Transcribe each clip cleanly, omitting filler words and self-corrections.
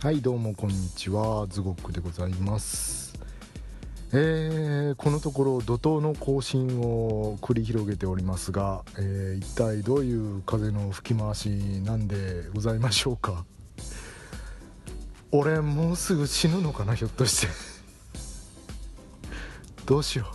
はい、どうもこんにちは、ズゴックでございます。このところ怒涛の更新を繰り広げておりますが、一体どういう風の吹き回しなんでございましょうか。俺もうすぐ死ぬのかな、ひょっとしてどうしよ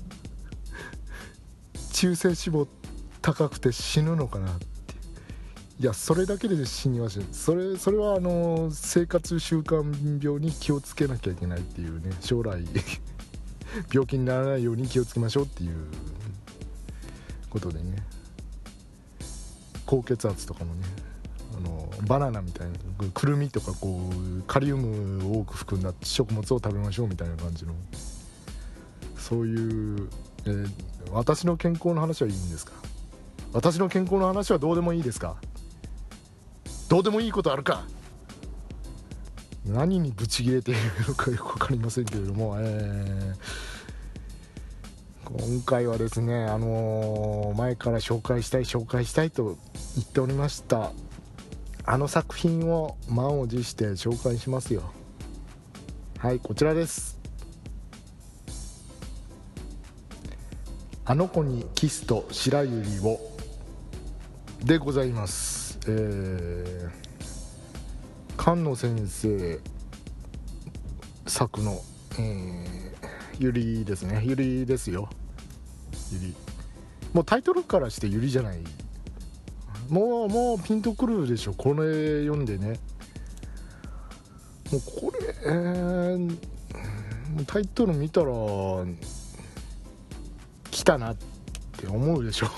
う、中性脂肪高くて死ぬのかな。いや、それだけで死にはしない。それは生活習慣病に気をつけなきゃいけないっていうね、将来病気にならないように気をつけましょうっていうことでね、高血圧とかもね、バナナみたいな、くるみとかこうカリウムを多く含んだ食物を食べましょうみたいな感じの、そういう、私の健康の話はいいんですか。私の健康の話はどうでもいいですか。どうでもいいことあるか。何にブチ切れているのかよく分かりませんけれども、今回はですね、前から紹介したいと言っておりましたあの作品を満を持して紹介しますよ。はい、こちらです。あの子にキスと白百合をでございます。菅野先生作の、ゆりですね。ゆりですよ。ゆり、もうタイトルからしてゆりじゃない。もうピンとくるでしょ、これ読んでね。もうこれ、タイトル見たら来たなって思うでしょ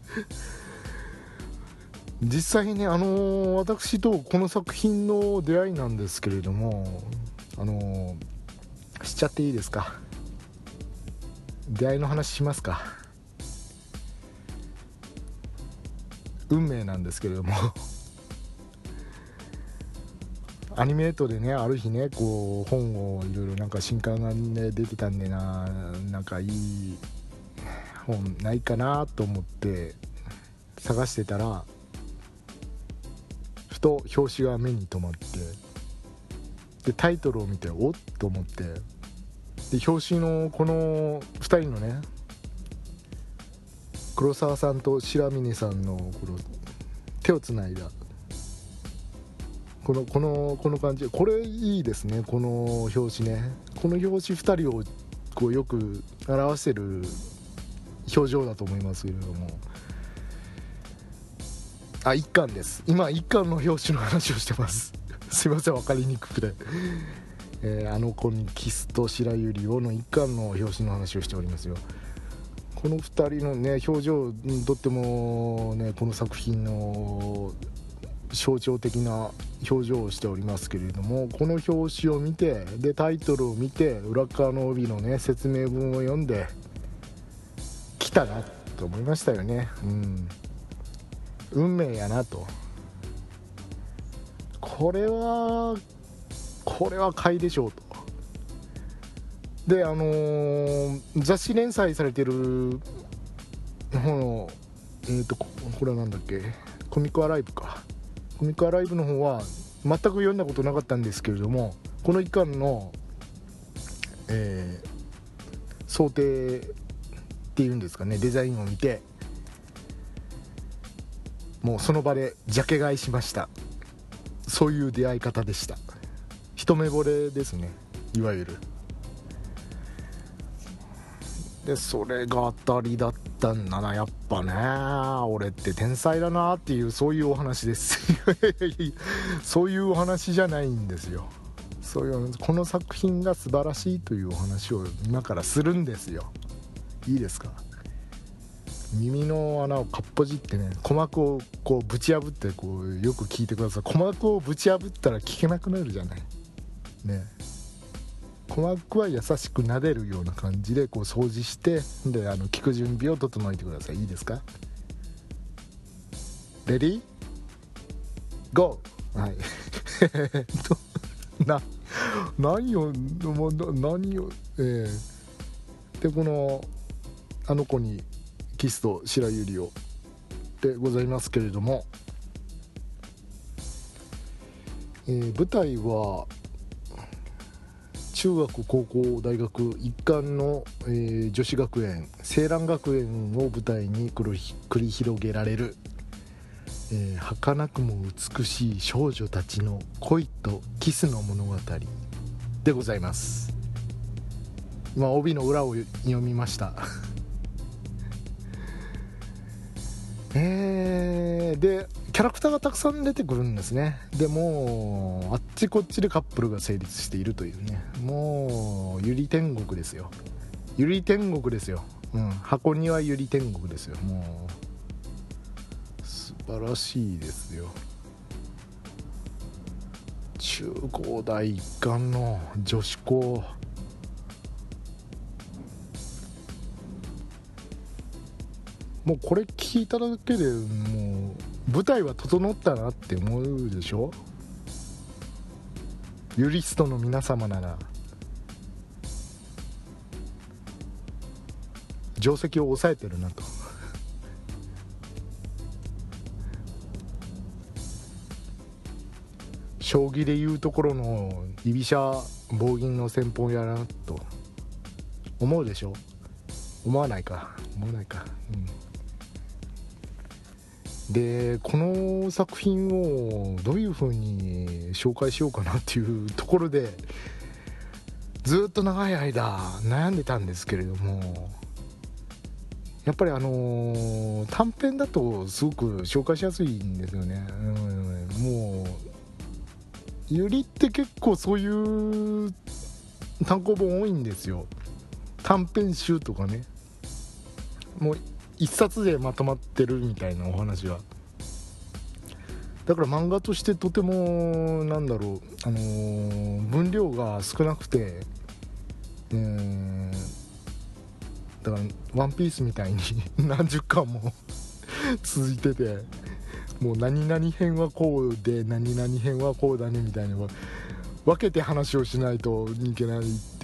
実際にね、私とこの作品の出会いなんですけれども、しちゃっていいですか。出会いの話しますか。運命なんですけれどもアニメートでね、ある日ね、こう本をいろいろなんか新刊が、ね、出てたんでなんかいい本ないかなと思って探してたら、ふと表紙が目に留まって、でタイトルを見ておっと思って、で表紙のこの2人のね、黒沢さんと白峰さんのこの手をつないだこの感じ、これいいですね。この表紙ね、この表紙2人をこうよく表してる表情だと思いますけれども、一巻です。今一巻の表紙の話をしてますすいません、分かりにくくて、あの子にキスと白百合をの一巻の表紙の話をしておりますよ。この2人のね表情、とってもね、この作品の象徴的な表情をしておりますけれども、この表紙を見て、でタイトルを見て、裏側の帯のね説明文を読んで来たなと思いましたよね。運命やなと。これは買いでしょうと。で雑誌連載されてる方のこれはなんだっけ、コミックアライブか。コミックアライブの方は全く読んだことなかったんですけれども、この一巻の、想定っていうんですかね、デザインを見て、もうその場でジャケ買いしました。そういう出会い方でした。一目惚れですね、いわゆる。でそれが当たりだったんだな、やっぱね、俺って天才だなっていう、そういうお話ですそういうお話じゃないんですよ。この作品が素晴らしいというお話を今からするんですよ。いいですか。耳の穴をかっぽじってね、鼓膜をこうぶち破って、こうよく聞いてください。鼓膜をぶち破ったら聞けなくなるじゃないね。鼓膜は優しく撫でるような感じでこう掃除して、で聞く準備を整えてください。いいですか。レディーゴー。はい何をでこのあの子にキスと白百合をでございますけれども、 舞台は中学高校大学一貫の、女子学園青蘭学園を舞台に繰り広げられる、儚くも美しい少女たちの恋とキスの物語でございます。今帯の裏を読みましたでキャラクターがたくさん出てくるんですね。でもあっちこっちでカップルが成立しているというね、もうゆり天国ですよ。ゆり天国ですよ、箱庭ゆり天国ですよ。もう素晴らしいですよ。中高大一貫の女子校、もうこれ聞いただけでもう舞台は整ったなって思うでしょ。ユリストの皆様なら定石を抑えてるなと将棋でいうところの居飛車棒銀の戦法やなと思うでしょ。思わないか、でこの作品をどういう風に紹介しようかなっていうところでずっと長い間悩んでたんですけれども、やっぱり短編だとすごく紹介しやすいんですよね。もうゆりって結構そういう単行本多いんですよ。短編集とかね、もう一冊でまとまってるみたいなお話は。だから漫画としてとても分量が少なくて、だからワンピースみたいに何十巻も続いてて、もう何々編はこうで何々編はこうだねみたいな分けて話をしないといけないって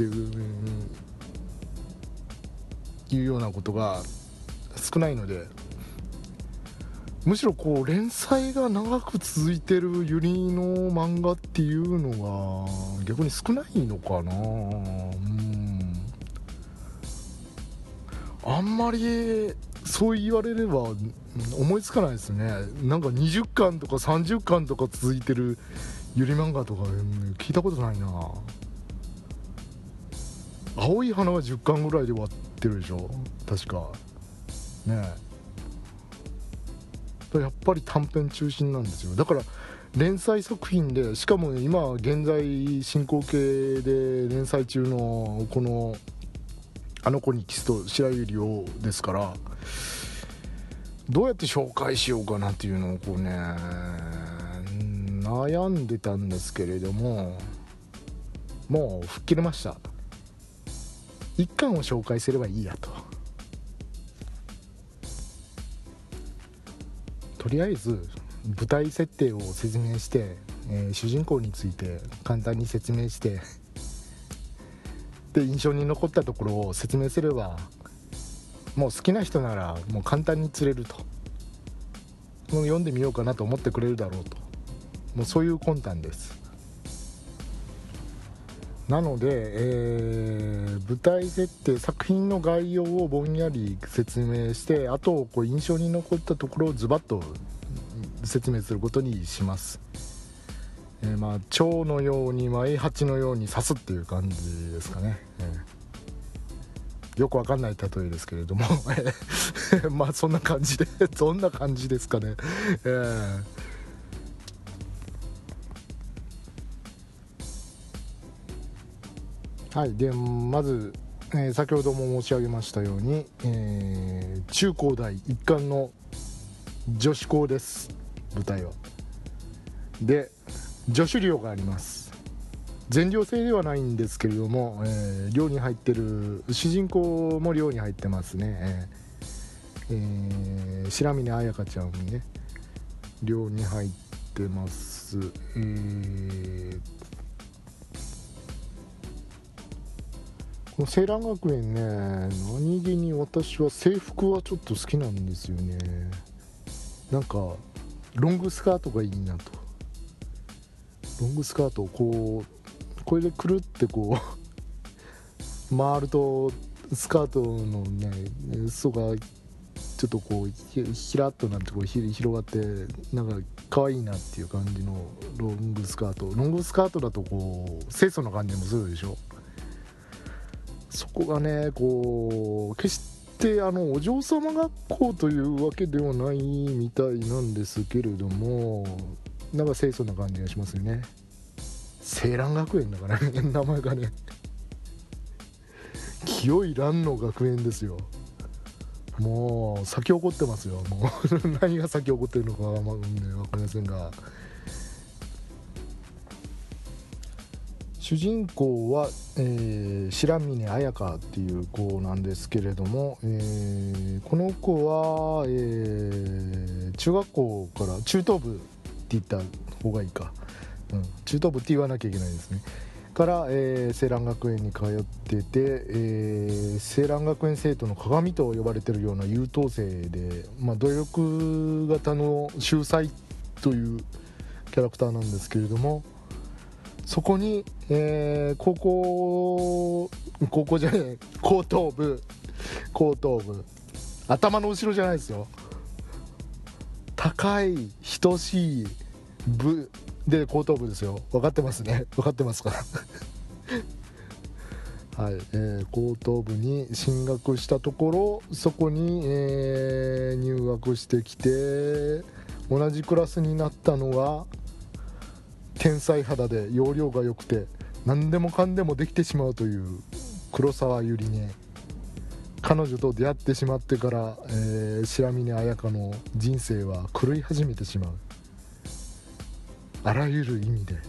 いうようなことが少ないので、むしろこう連載が長く続いてるゆりの漫画っていうのが逆に少ないのかな。あんまりそう言われれば思いつかないですね。なんか20巻とか30巻とか続いてるゆり漫画とか聞いたことないな。青い花は10巻ぐらいで終わってるでしょ確かね。やっぱり短編中心なんですよ。だから連載作品で、しかも今現在進行形で連載中のこのあの子にキスと白百合をですから、どうやって紹介しようかなっていうのをこうね悩んでたんですけれども、もう吹っ切れました。一巻を紹介すればいいやと。とりあえず舞台設定を説明して、主人公について簡単に説明してで印象に残ったところを説明すれば、もう好きな人ならもう簡単に釣れると、もう読んでみようかなと思ってくれるだろうと、もうそういう魂胆です。なので、舞台設定作品の概要をぼんやり説明して、あとこう印象に残ったところをズバッと説明することにします。蝶のように舞い蜂のように刺すっていう感じですかね。よくわかんない例えですけれどもまあそんな感じですかね。はい。でまず、先ほども申し上げましたように、中高大一貫の女子校です。舞台はで女子寮があります。全寮制ではないんですけれども、寮に入ってる主人公も寮に入ってますね。白峰彩香ちゃんにね寮に入ってます。この青蘭学園ね、何気に私は制服はちょっと好きなんですよね。なんかロングスカートがいいなと。 ロングスカートをこれでくるって回るとスカートのね裾がちょっとひらっとなんて広がってなんか可愛いなっていう感じのロングスカートだと清楚な感じもするでしょ。そこがね決してお嬢様学校というわけではないみたいなんですけれども、なんか清楚な感じがしますよね。青蘭学園だからね名前がね清い蘭の学園ですよ。もう咲き誇ってますよ。もう何が咲き誇ってるのか分かりませんが、主人公は、白峰彩香っていう子なんですけれども、この子は、中学校から中等部って言った方がいいか、中等部って言わなきゃいけないですねから、青蘭学園に通ってて、青蘭学園生徒の鏡と呼ばれているような優等生で、努力型の秀才というキャラクターなんですけれども、そこに、高等部頭の後ろじゃないですよ、高い等しい部で高等部ですよ。分かってますね、分かってますからはい、高等部に進学したところ、そこに、入学してきて同じクラスになったのが天才肌で要領が良くて何でもかんでもできてしまうという黒沢ゆりね。彼女と出会ってしまってから、白峰彩香の人生は狂い始めてしまう。あらゆる意味で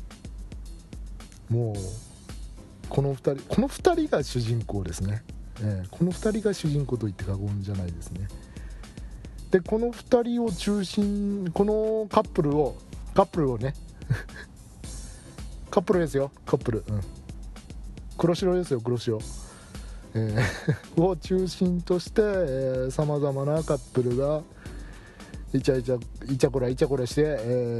もうこの2人が主人公ですね。この2人が主人公と言って過言じゃないですね。でこの2人を中心、このカップルをねカップルですよ、黒白ですよ、黒白、を中心としてさまざまなカップルがイチャコラして、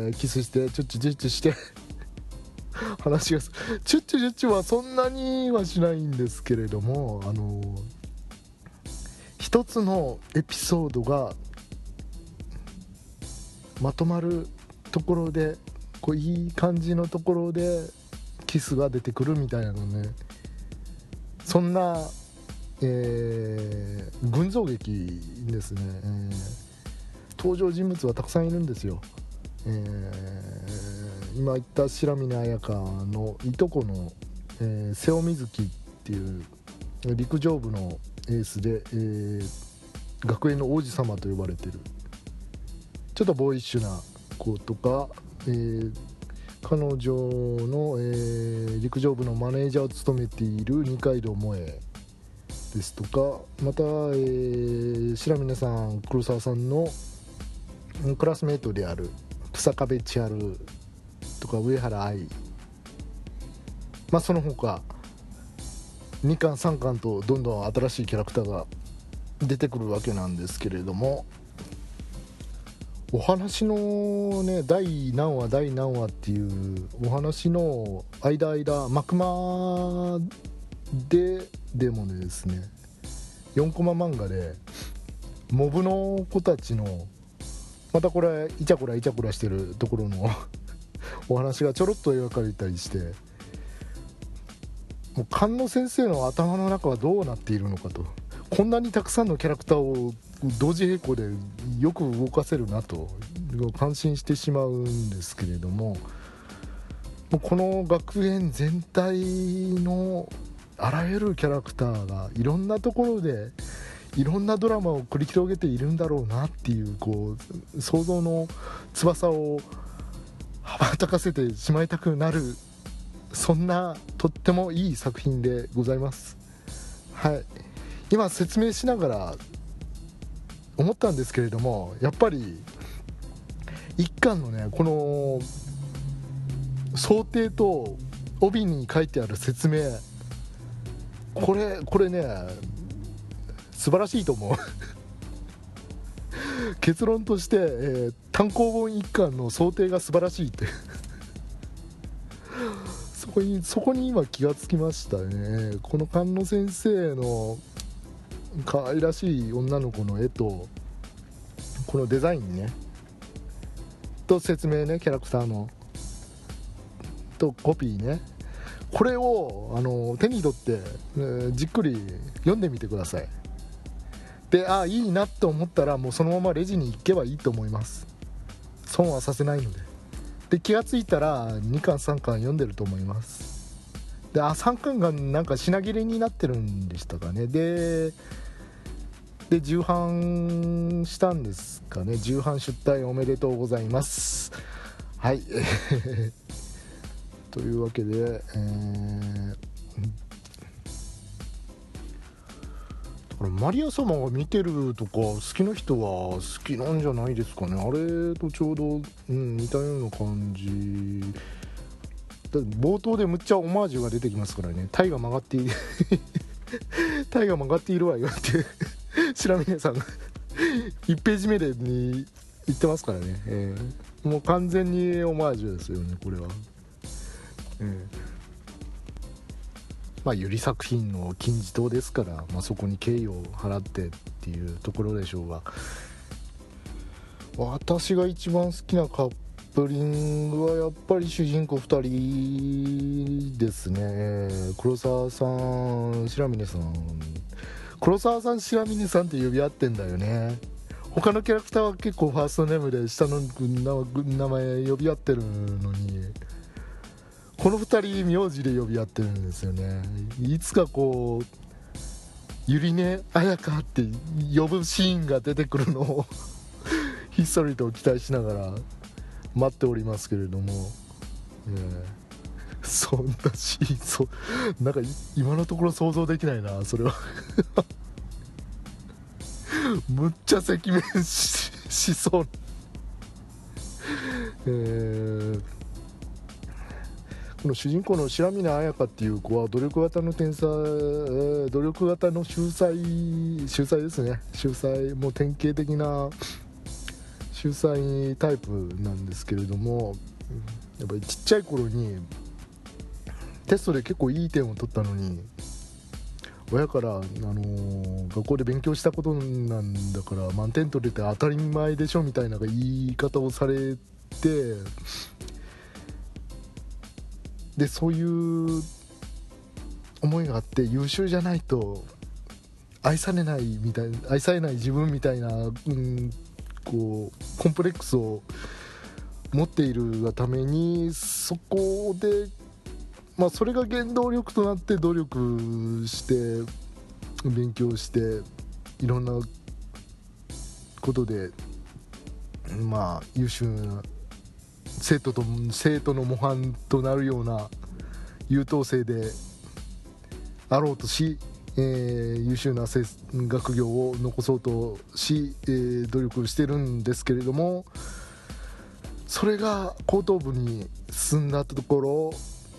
キスしてチュッチュチュッチュして話がチュッチュチュッチュはそんなにはしないんですけれども、一つのエピソードがまとまるところでいい感じのところでキスが出てくるみたいなのね、そんな、群像劇ですね。登場人物はたくさんいるんですよ。今言った白峰彩香のいとこの、瀬尾瑞希っていう陸上部のエースで、学園の王子様と呼ばれてるちょっとボーイッシュな子とか、彼女の、陸上部のマネージャーを務めている二階堂萌ですとか、また、白峰さん黒沢さんのクラスメートである草壁千春とか上原愛、その他2巻3巻とどんどん新しいキャラクターが出てくるわけなんですけれども、お話のね第何話っていうお話の間幕間でもねですね、4コマ漫画でモブの子たちのまたこれイチャコラしてるところのお話がちょろっと描かれたりして、もう菅野先生の頭の中はどうなっているのかと、こんなにたくさんのキャラクターを同時並行でよく動かせるなと感心してしまうんですけれども、この学園全体のあらゆるキャラクターがいろんなところでいろんなドラマを繰り広げているんだろうなっていう、想像の翼を羽ばたかせてしまいたくなる、そんなとってもいい作品でございます。はい、今説明しながら思ったんですけれども、やっぱり一巻のねこの想定と帯に書いてある説明、これね素晴らしいと思う結論として、単行本一巻の想定が素晴らしいってそこに今気がつきましたね。この菅野先生の可愛らしい女の子の絵とこのデザインねと説明ね、キャラクターのとコピーね、これを手に取って、じっくり読んでみてください。で、いいなと思ったらもうそのままレジに行けばいいと思います。損はさせないので。で、気がついたら2巻3巻読んでると思います。で、3巻がなんか品切れになってるんでしたかね。で重版したんですかね。重版出題おめでとうございます。はいというわけで、だからマリア様が見てるとか好きな人は好きなんじゃないですかね。あれとちょうど、似たような感じだ。冒頭でむっちゃオマージュが出てきますからね。タイが曲がっているタイが曲がっているわよって白峰さんが1ページ目でに言ってますからね、もう完全にオマージュですよね、これは。ユリ作品の金字塔ですから、そこに敬意を払ってっていうところでしょうが、私が一番好きなカップリングはやっぱり主人公2人ですね。黒沢さん、白峰さん。黒沢さん、白峰さんって呼び合ってんだよね。他のキャラクターは結構ファーストネームで下の名前呼び合ってるのに、この2人名字で呼び合ってるんですよね。いつかこうゆりね彩香って呼ぶシーンが出てくるのをひっそりと期待しながら待っておりますけれども、そんなシーンなんか今のところ想像できないな、それはむっちゃ赤面 しそう、この主人公の白峰彩香っていう子は努力型の天才、努力型の秀才ですね。秀才、もう典型的な秀才タイプなんですけれども、やっぱりちっちゃい頃にテストで結構いい点を取ったのに、親から、学校で勉強したことなんだから満点取れて当たり前でしょみたいな言い方をされて、でそういう思いがあって、優秀じゃないと愛されない自分みたいな、こうコンプレックスを持っているがために、そこでそれが原動力となって努力して勉強していろんなことで優秀な生徒の模範となるような優等生であろうとし、優秀な学業を残そうとし、努力してるんですけれども、それが高等部に進んだところ、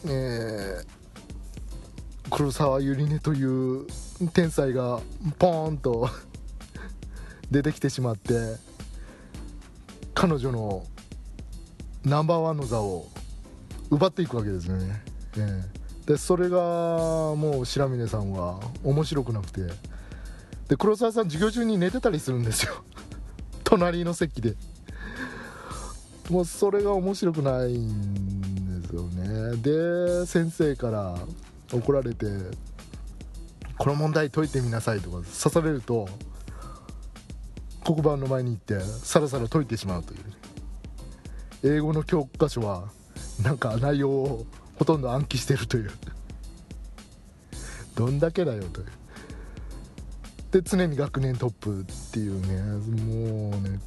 黒沢ゆりねという天才がポーンと出てきてしまって、彼女のナンバーワンの座を奪っていくわけですよね。でそれがもう白峰さんは面白くなくて、で黒沢さん授業中に寝てたりするんですよ隣の席で。もうそれが面白くないんですよね。で先生から怒られて、この問題解いてみなさいとか刺されると、黒板の前に行ってさらさら解いてしまうという。英語の教科書はなんか内容をほとんど暗記してるというどんだけだよという。で常に学年トップっていうね、もうね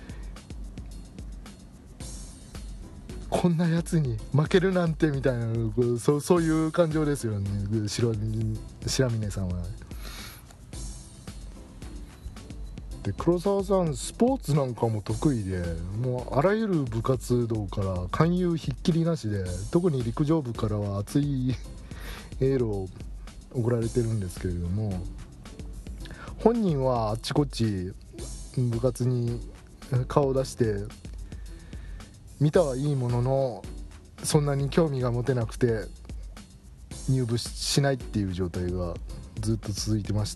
こんなやつに負けるなんてみたいな、そういう感情ですよね、白峰さんは。で黒沢さんスポーツなんかも得意で、もうあらゆる部活動から勧誘ひっきりなしで、特に陸上部からは熱いエールを送られてるんですけれども、本人はあっちこっち部活に顔を出して見たはいいものの、そんなに興味が持てなくて、 入部しないっていう状態がずっと続いてまして、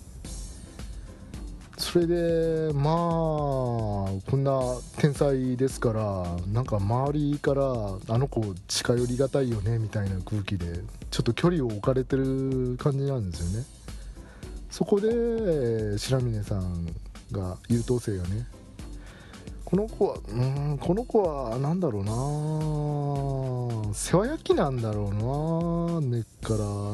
それでまあこんな天才ですから、なんか周りからあの子近寄りがたいよねみたいな空気でちょっと距離を置かれてる感じなんですよね。そこで白峰さんが優等生よね、この子はなんだろうな、世話焼きなんだろうな、根っから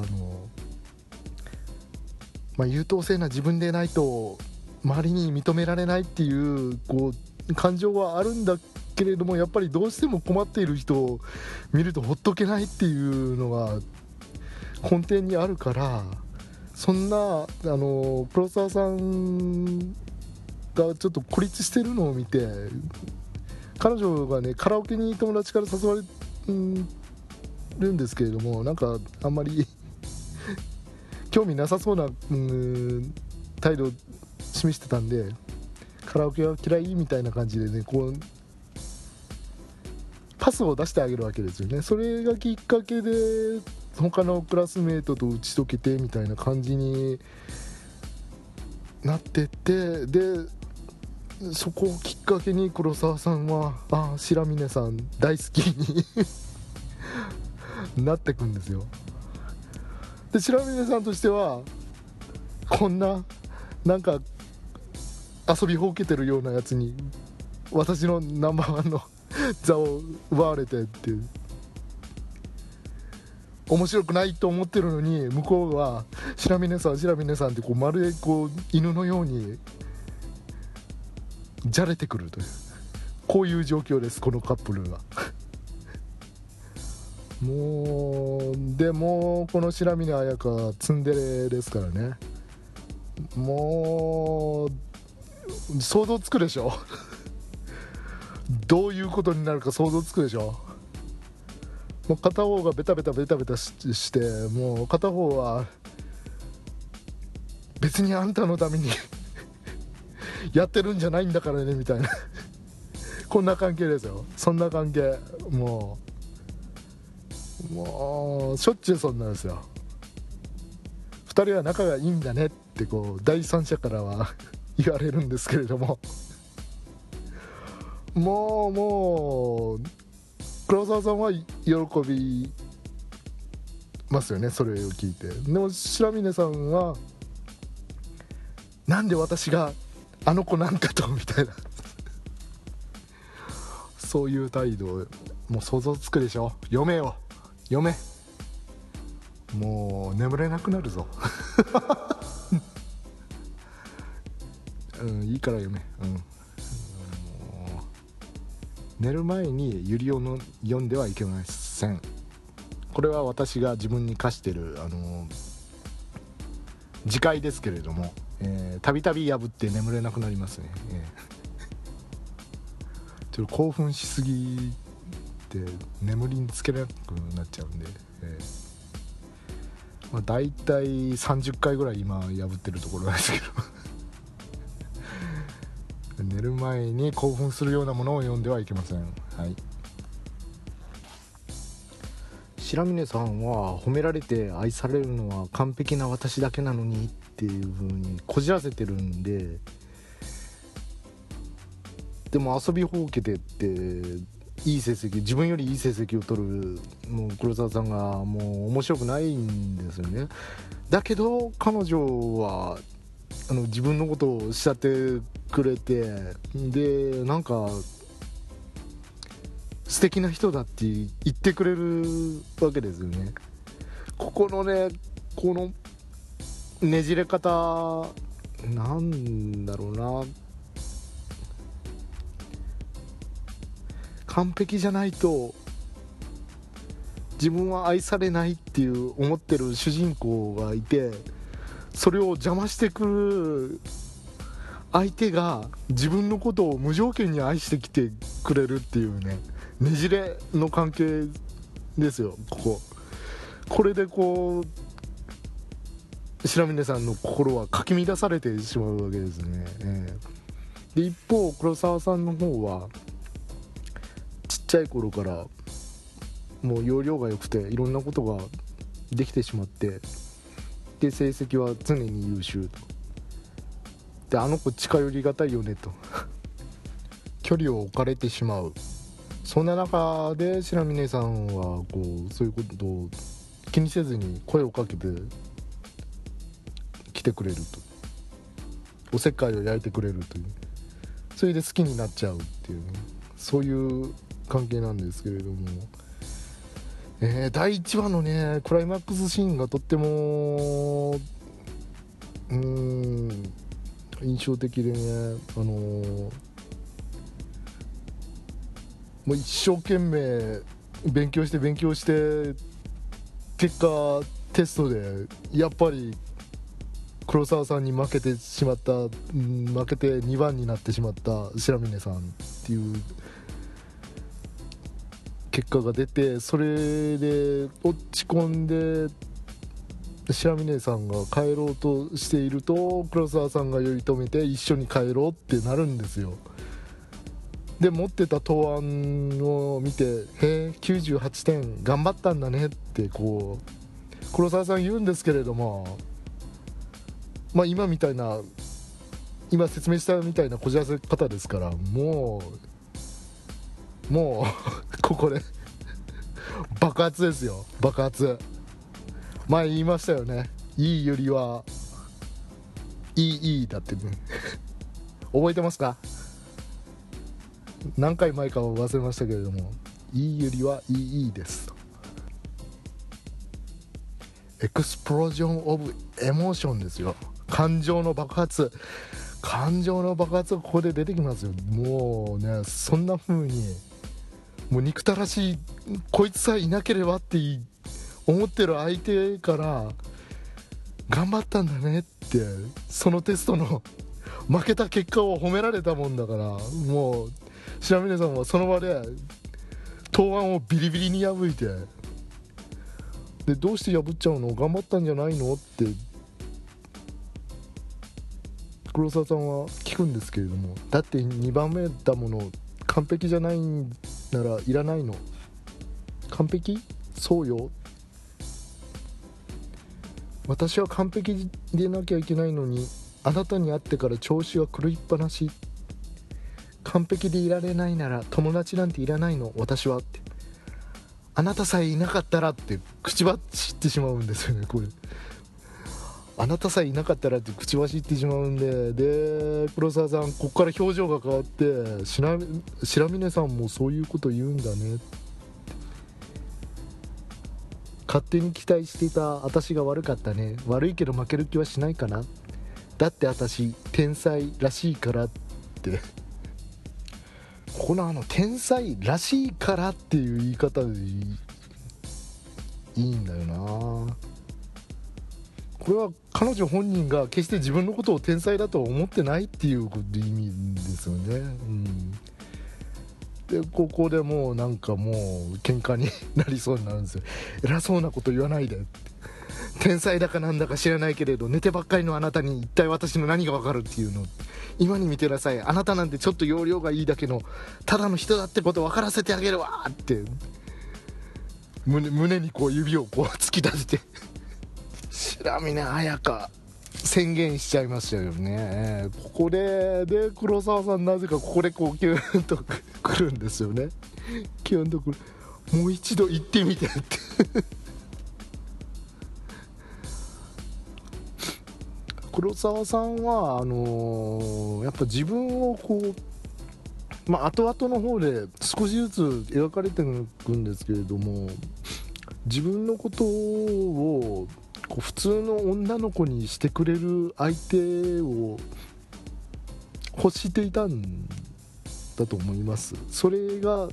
優等生な自分でないと周りに認められないっていう感情はあるんだけれども、やっぱりどうしても困っている人を見るとほっとけないっていうのが根底にあるから、そんな黒沢さんがちょっと孤立してるのを見て、彼女がねカラオケに友達から誘われるんですけれども、なんかあんまり興味なさそうな態度を示してたんで、カラオケは嫌いみたいな感じでね、パスを出してあげるわけですよね。それがきっかけで他のクラスメートと打ち解けてみたいな感じになってって、でそこをきっかけに黒沢さんは白峰さん大好きになってくんですよ。で白峰さんとしてはこんななんか遊びほうけてるようなやつに私のナンバーワンの座を奪われてっていう、面白くないと思ってるのに向こうは白峰さんってまるで犬のようにじゃれてくるという、こういう状況です、このカップルはでもこの白峰綾香はツンデレですからね、もう想像つくでしょどういうことになるか想像つくでしょ。もう片方がベタベタして、もう片方は別にあんたのためにやってるんじゃないんだからねみたいなこんな関係ですよ。そんな関係、もうしょっちゅうそんなんですよ。2人は仲がいいんだねって第三者からは言われるんですけれども、もう黒沢さんは喜びますよね、それを聞いて。でも白峰さんはなんで私があの子なんかとみたいなそういう態度、もう想像つくでしょ。読め、もう眠れなくなるぞいいから読め、寝る前にユリを読んではいけません。これは私が自分に課してる自戒ですけれども、たびたび破って眠れなくなりますね、ちょっと興奮しすぎて眠りにつけなくなっちゃうんで、だいたい30回ぐらい今破ってるところなんですけど寝る前に興奮するようなものを読んではいけません。はい、白峰さんは褒められて愛されるのは完璧な私だけなのにっていう風にこじらせてるんで、でも遊びほうけてっていい成績、自分よりいい成績を取るもう黒沢さんがもう面白くないんですよね。だけど彼女は自分のことを慕ってくれて、でなんか素敵な人だって言ってくれるわけですよね。このねじれ方なんだろうな、完璧じゃないと自分は愛されないっていう思ってる主人公がいて、それを邪魔してくる相手が自分のことを無条件に愛してきてくれるっていうねじれの関係ですよ。これで白峰さんの心はかき乱されてしまうわけですね、で一方黒沢さんの方はちっちゃい頃からもう要領が良くていろんなことができてしまって、で成績は常に優秀と、であの子近寄りがたいよねと距離を置かれてしまう。そんな中で白峰さんはこうそういうことを気にせずに声をかけて来てくれると、おせっかいを焼いてくれるという、それで好きになっちゃうっていうね、そういう関係なんですけれども、第1話のねクライマックスシーンがとっても印象的でね、もう一生懸命勉強して結果テストでやっぱり黒沢さんに負けてしまった、負けて2番になってしまった白峰さんっていう結果が出て、それで落ち込んで白峰さんが帰ろうとしていると黒沢さんが呼び止めて一緒に帰ろうってなるんですよ。で持ってた答案を見て、へえ98点頑張ったんだねってこう黒沢さん言うんですけれども、まあ今説明したみたいなこじらせ方ですから、もうここで爆発ですよ、爆発。前言いましたよね、いいよりはいいだってね覚えてますか？何回前かは忘れましたけれども、いいよりはいいですと。エクスプロージョンオブエモーションですよ。感情の爆発がここで出てきますよ。もうね、そんな風にもう憎たらしい、こいつさえいなければって思ってる相手から頑張ったんだねって、そのテストの負けた結果を褒められたもんだから、もう白峰さんはその場で答案をビリビリに破いて、でどうして破っちゃうの、頑張ったんじゃないのって黒沢さんは聞くんですけれども、だって2番目だもの、完璧じゃないならいらないの。完璧？そうよ。私は完璧でなきゃいけないのに、あなたに会ってから調子は狂いっぱなし。完璧でいられないなら友達なんていらないの、私はって。あなたさえいなかったらって口走ってしまうんですよね、これ。あなたさえいなかったらって口走ってしまうんで、黒沢さんここから表情が変わって、白峰さんもそういうこと言うんだね、勝手に期待していた私が悪かったね、悪いけど負ける気はしないかな、だって私天才らしいからってこの天才らしいからっていう言い方でいいんだよな。これは彼女本人が決して自分のことを天才だとは思ってないっていう意味ですよね、でここでもうなんかもう喧嘩になりそうになるんですよ。偉そうなこと言わないで、天才だかなんだか知らないけれど寝てばっかりのあなたに一体私の何がわかるっていうの、今に見てなさい、あなたなんてちょっと容量がいいだけのただの人だってこと分からせてあげるわって胸にこう指をこう突き立てて白峰綾香宣言しちゃいましたよね。ここで黒沢さんなぜかここでこうキューンとくるんですよね。キューンとくる、もう一度言ってみてって黒沢さんはやっぱ自分をこう後々の方で少しずつ描かれていくんですけれども、自分のことをこう普通の女の子にしてくれる相手を欲していたんだと思います。それが、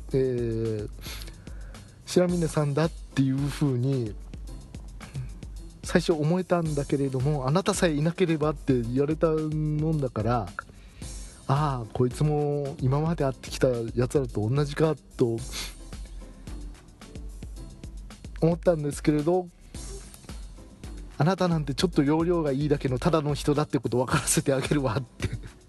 白峰さんだっていう風に最初思えたんだけれども、あなたさえいなければって言われたもんだから、ああこいつも今まで会ってきたやつらと同じかと思ったんですけれど、あなたなんてちょっと容量がいいだけのただの人だってことを分からせてあげるわって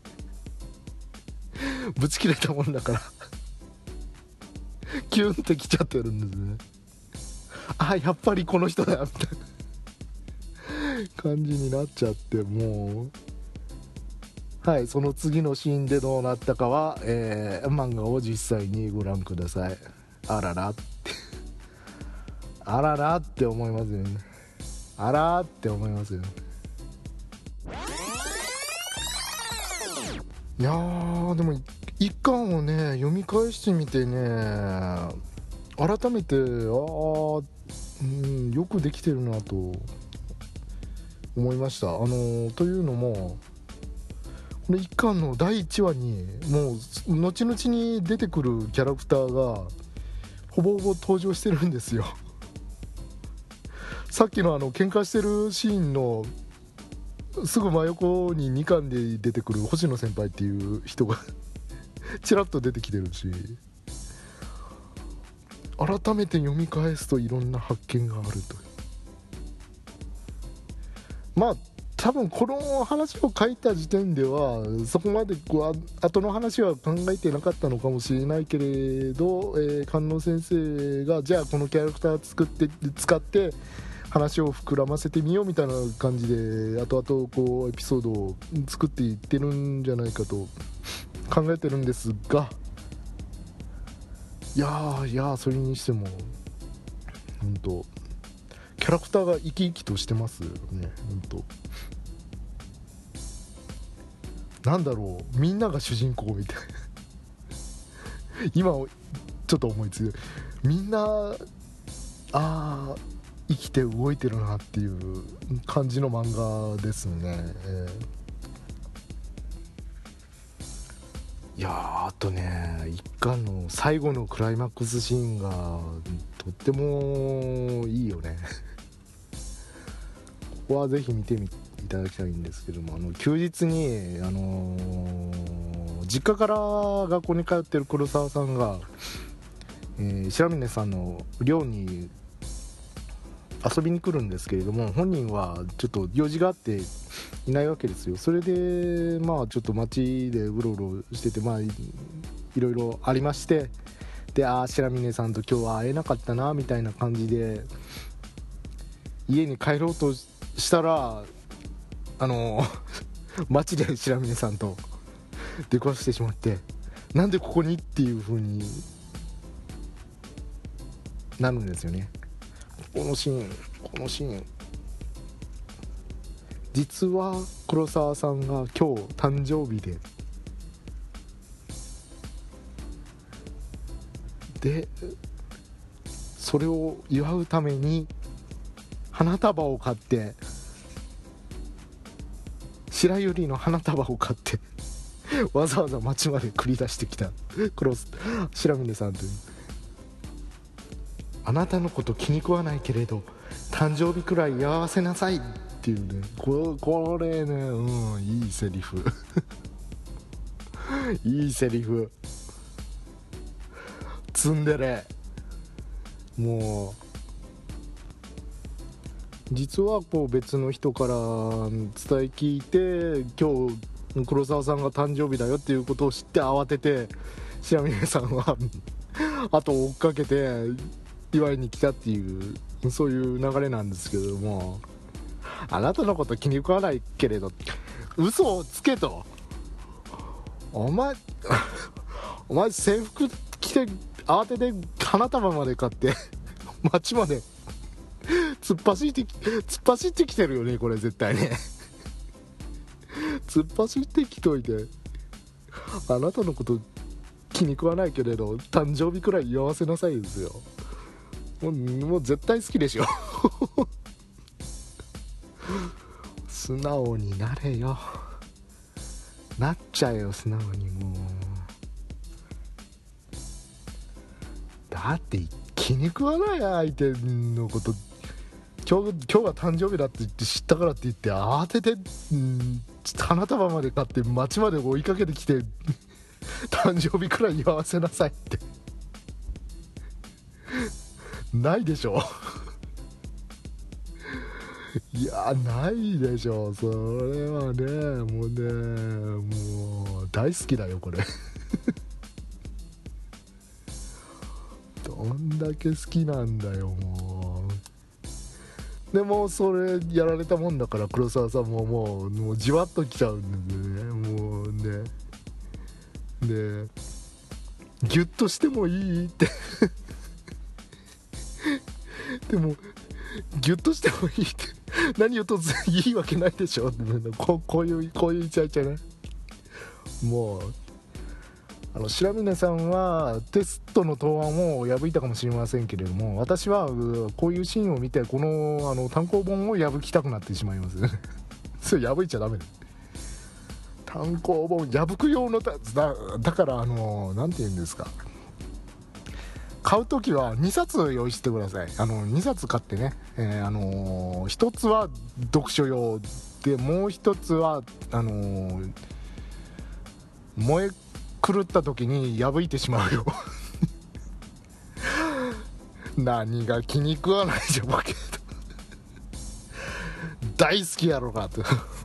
ぶち切れたもんだからキュンってきちゃってるんですね。 あ、やっぱりこの人だみたいな感じになっちゃって、もうはい、その次のシーンでどうなったかは、漫画を実際にご覧ください。あららってあららって思いますよね。あらーって思いますよね。いやー、でも一巻をね読み返してみてね、改めてよくできてるなと思いました。というのも、この一巻の第1話にもう後々に出てくるキャラクターがほぼほぼ登場してるんですよ。さっきの喧嘩してるシーンのすぐ真横に2巻で出てくる星野先輩っていう人がちらっと出てきてるし、改めて読み返すといろんな発見があるという。まあ多分この話を書いた時点ではそこまで後の話は考えてなかったのかもしれないけれど、観音先生がじゃあこのキャラクター使って話を膨らませてみようみたいな感じで後々こうエピソードを作っていってるんじゃないかと考えてるんですが、いやーそれにしても本当キャラクターが生き生きとしてますよね。本当なんだろう、みんなが主人公みたいな今ちょっと思いついて、みんな生きて動いてるなっていう感じの漫画ですね。いやー、あとね、一巻の最後のクライマックスシーンがとってもいいよねここはぜひ見ていただきたいんですけども、休日に、実家から学校に通ってる黒沢さんが、白峰さんの寮に遊びに来るんですけれども、本人はちょっと用事があっていないわけですよ。それでちょっと街でうろうろしてて、いろいろありまして、で白峰さんと今日は会えなかったなみたいな感じで家に帰ろうとしたら街で白峰さんと出くわしてしまって、なんでここにっていう風になるんですよね。このシーン実は黒沢さんが今日誕生日でそれを祝うために花束を買って、白百合の花束を買ってわざわざ街まで繰り出してきた白峰さんという、あなたのこと気に食わないけれど誕生日くらい祝わせなさいっていうね、これね、いいセリフいいセリフ、ツンデレ。もう実はこう別の人から伝え聞いて、今日黒沢さんが誕生日だよっていうことを知って慌てて白峰さんは後を追っかけて祝いに来たっていう、そういう流れなんですけども、あなたのこと気に食わないけれど嘘をつけと、お前制服着て慌てて花束まで買って街まで突っ走ってきてるよね、これ絶対ね突っ走ってきといて、あなたのこと気に食わないけれど誕生日くらい祝わせなさいですよ。もう絶対好きでしょ素直になれよ、なっちゃえよ素直に。もうだって気に食わない相手のこと今日が誕生日だって言って知ったからって言って慌てて花束まで買って街まで追いかけてきて誕生日くらい祝わせなさいってないでしょいやないでしょ、それはね。もう大好きだよこれどんだけ好きなんだよもでもそれやられたもんだから黒沢さんももうじわっときちゃうんですよね。もうね、でギュッとしてもいいってでもギュッとしてもいいって何を突然いいわけないでしょって、こういうイチャイチャね。もう白峰さんはテストの答案を破いたかもしれませんけれども、私はこういうシーンを見てこの単行本を破きたくなってしまいますそれ破いちゃダメだ。単行本破く用のだからなんて言うんですか、買うときは2冊用意してください。2冊買ってね、1つは読書用で、もう1つは燃え狂った時に破いてしまうよ何が気に食わないじゃボケと大好きやろかと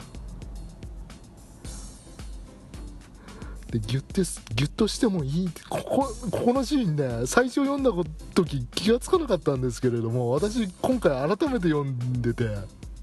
でギュッとしてもいいって、このシーンね、最初読んだ時気がつかなかったんですけれども、私今回改めて読んでて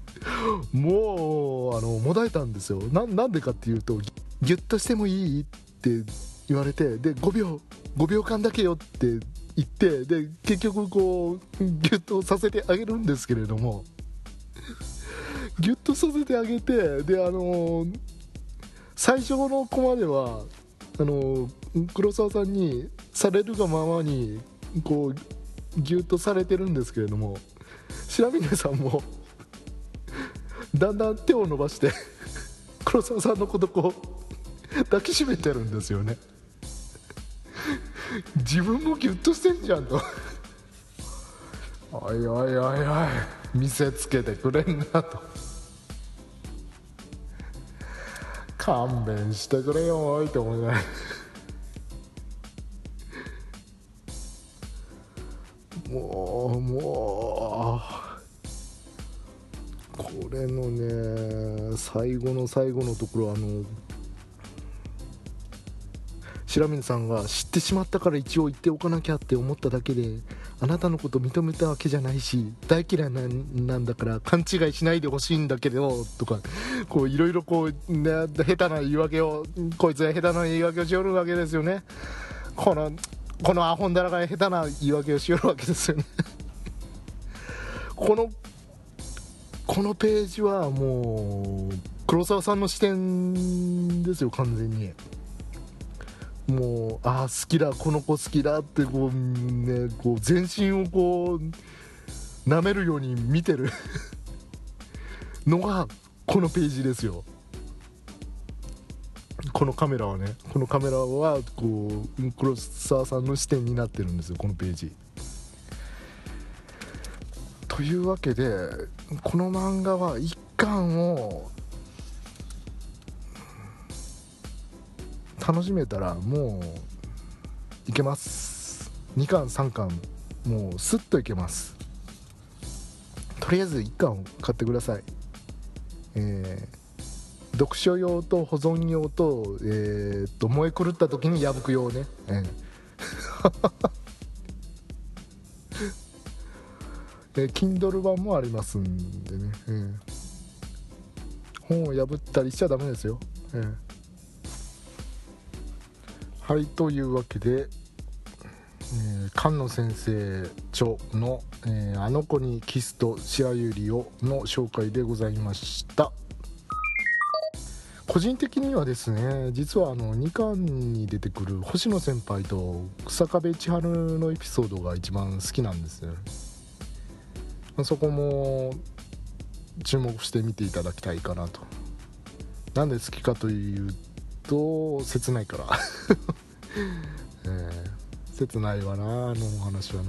もうもだえたんですよ。なんでかっていうと、ギュッとしてもいいって言われて、で5秒間だけよって言って、で結局こうギュッとさせてあげるんですけれども、ギュッとさせてあげて、で最初のコマでは黒沢さんにされるがままにこうギュッとされてるんですけれども、白峰さんもだんだん手を伸ばして黒沢さんのことこう抱きしめてるんですよね。自分もギュッとしてんじゃんとおいおいおいおい見せつけてくれんなと、勘弁してくれよおいと思いながらもうこれのね、最後のところ、白峰さんが知ってしまったから一応言っておかなきゃって思っただけで、あなたのこと認めたわけじゃないし大嫌いなんだから勘違いしないでほしいんだけどとか、こういろいろこう、ね、下手な言い訳を、こいつは下手な言い訳をしよるわけですよね。このアホンだらが下手な言い訳をしよるわけですよねこのページはもう黒沢さんの視点ですよ、完全に。もう好きだ、この子好きだってこうね、こう全身をこう舐めるように見てるのがこのページですよ。このカメラはね、このカメラはこう黒沢さんの視点になってるんですよ、このページ。というわけでこの漫画は1巻を楽しめたらもういけます。2巻3巻もうスッといけます。とりあえず1巻を買ってください。読書用と保存用と、燃え狂った時に破く用ね、Kindle 版もありますんでね、本を破ったりしちゃダメですよ、はい、というわけで、菅野先生著の、あの子にキスと白百合をの紹介でございました。個人的にはですね、実は2巻に出てくる星野先輩と草壁千春のエピソードが一番好きなんですよ。そこも注目して見ていただきたいかなと。なんで好きかというと切ないから切ないわな、あのお話はな、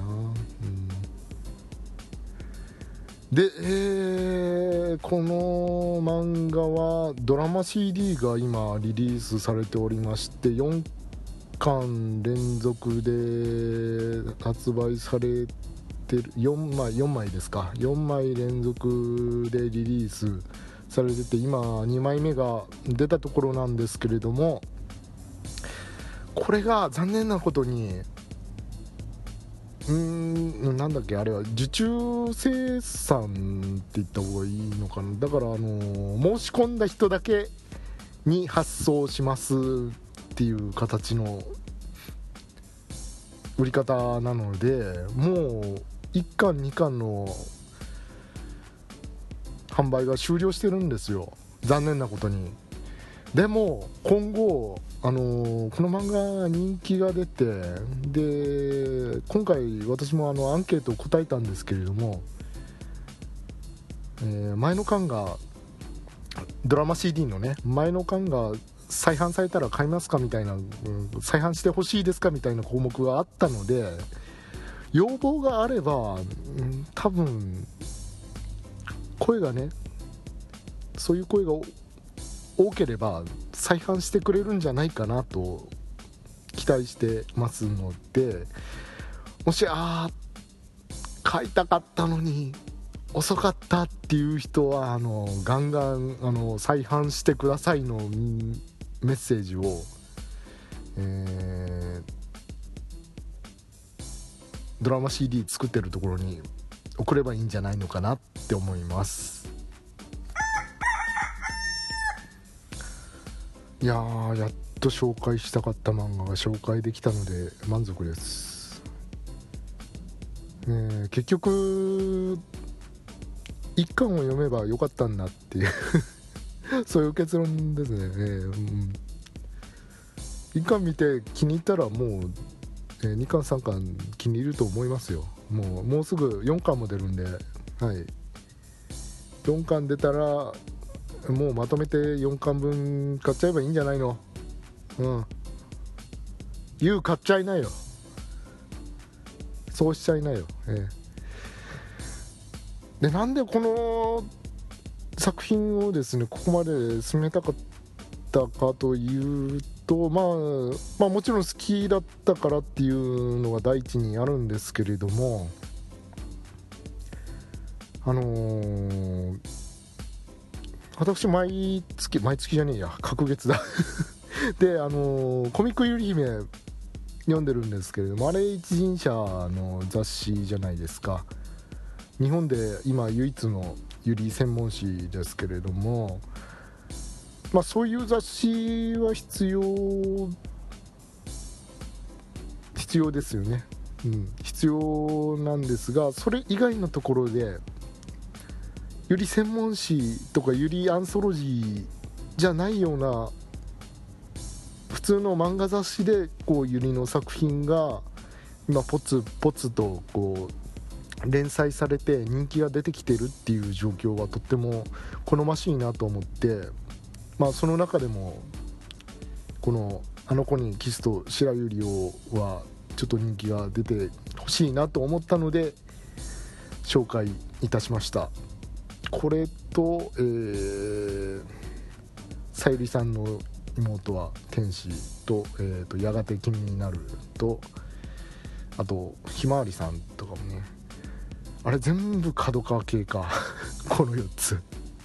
で、この漫画はドラマ CD が今リリースされておりまして、4巻連続で発売されてる、4枚ですか、4枚連続でリリースされてて、今2枚目が出たところなんですけれども、これが残念なことになんだっけ、あれは受注生産って言った方がいいのかな。だから申し込んだ人だけに発送しますっていう形の売り方なので、もう1巻2巻の販売が終了してるんですよ、残念なことに。でも今後この漫画人気が出て、で今回私もアンケートを答えたんですけれども、前の巻がドラマ CD のね、前の巻が再販されたら買いますかみたいな、再販してほしいですかみたいな項目があったので、要望があれば、多分声がね、そういう声が多ければ再販してくれるんじゃないかなと期待してますので、もし買いたかったのに遅かったっていう人はガンガン再販してくださいのメッセージを、ドラマ CD 作ってるところに送ればいいんじゃないのかなって思います。いやー、やっと紹介したかった漫画が紹介できたので満足です。結局一巻を読めばよかったんだっていうそういう結論ですね。一巻見て気に入ったらもう、2巻3巻気に入ると思いますよ。もうすぐ4巻も出るんで、はい、4巻出たらもうまとめて4巻分買っちゃえばいいんじゃないの。買っちゃいなよ。そうしちゃいなよ。で、なんでこの作品をですねここまで進めたかったかというと、まあもちろん好きだったからっていうのが第一にあるんですけれども、私毎月じゃねえや、隔月だでコミックゆり姫読んでるんですけれども、あれ一人者の雑誌じゃないですか。日本で今唯一のゆり専門誌ですけれども、そういう雑誌は必要ですよね。必要なんですが、それ以外のところでゆり専門誌とかゆりアンソロジーじゃないような普通の漫画雑誌でゆりの作品が今ポツポツと連載されて人気が出てきてるっていう状況はとっても好ましいなと思って、その中でもあの子にキスと白百合をはちょっと人気が出てほしいなと思ったので紹介いたしました。これと、さゆりさんの妹は天使と、やがて君になると、あとひまわりさんとかもね、あれ全部角川系かこの4つ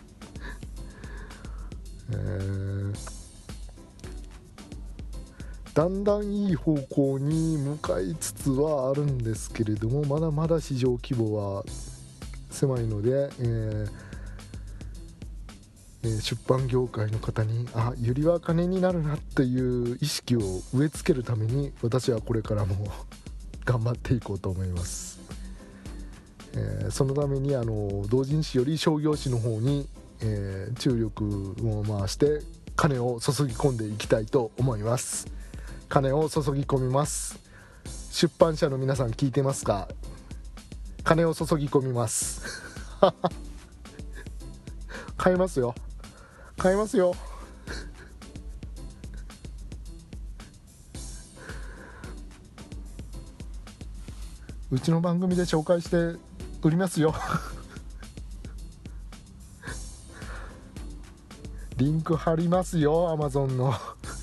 だんだんいい方向に向かいつつはあるんですけれども、まだまだ市場規模は狭いので、出版業界の方にゆりは金になるなっていう意識を植え付けるために私はこれからも頑張っていこうと思います。そのために同人誌より商業誌の方に、注力を回して金を注ぎ込んでいきたいと思います。金を注ぎ込みます。出版社の皆さん聞いてますか？金を注ぎ込みます買いますようちの番組で紹介して売りますよリンク貼りますよ Amazon の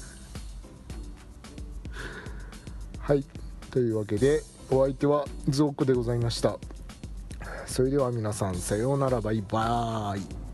はい、というわけでお相手はゾークでございました。それでは皆さんさようなら、バイバーイ。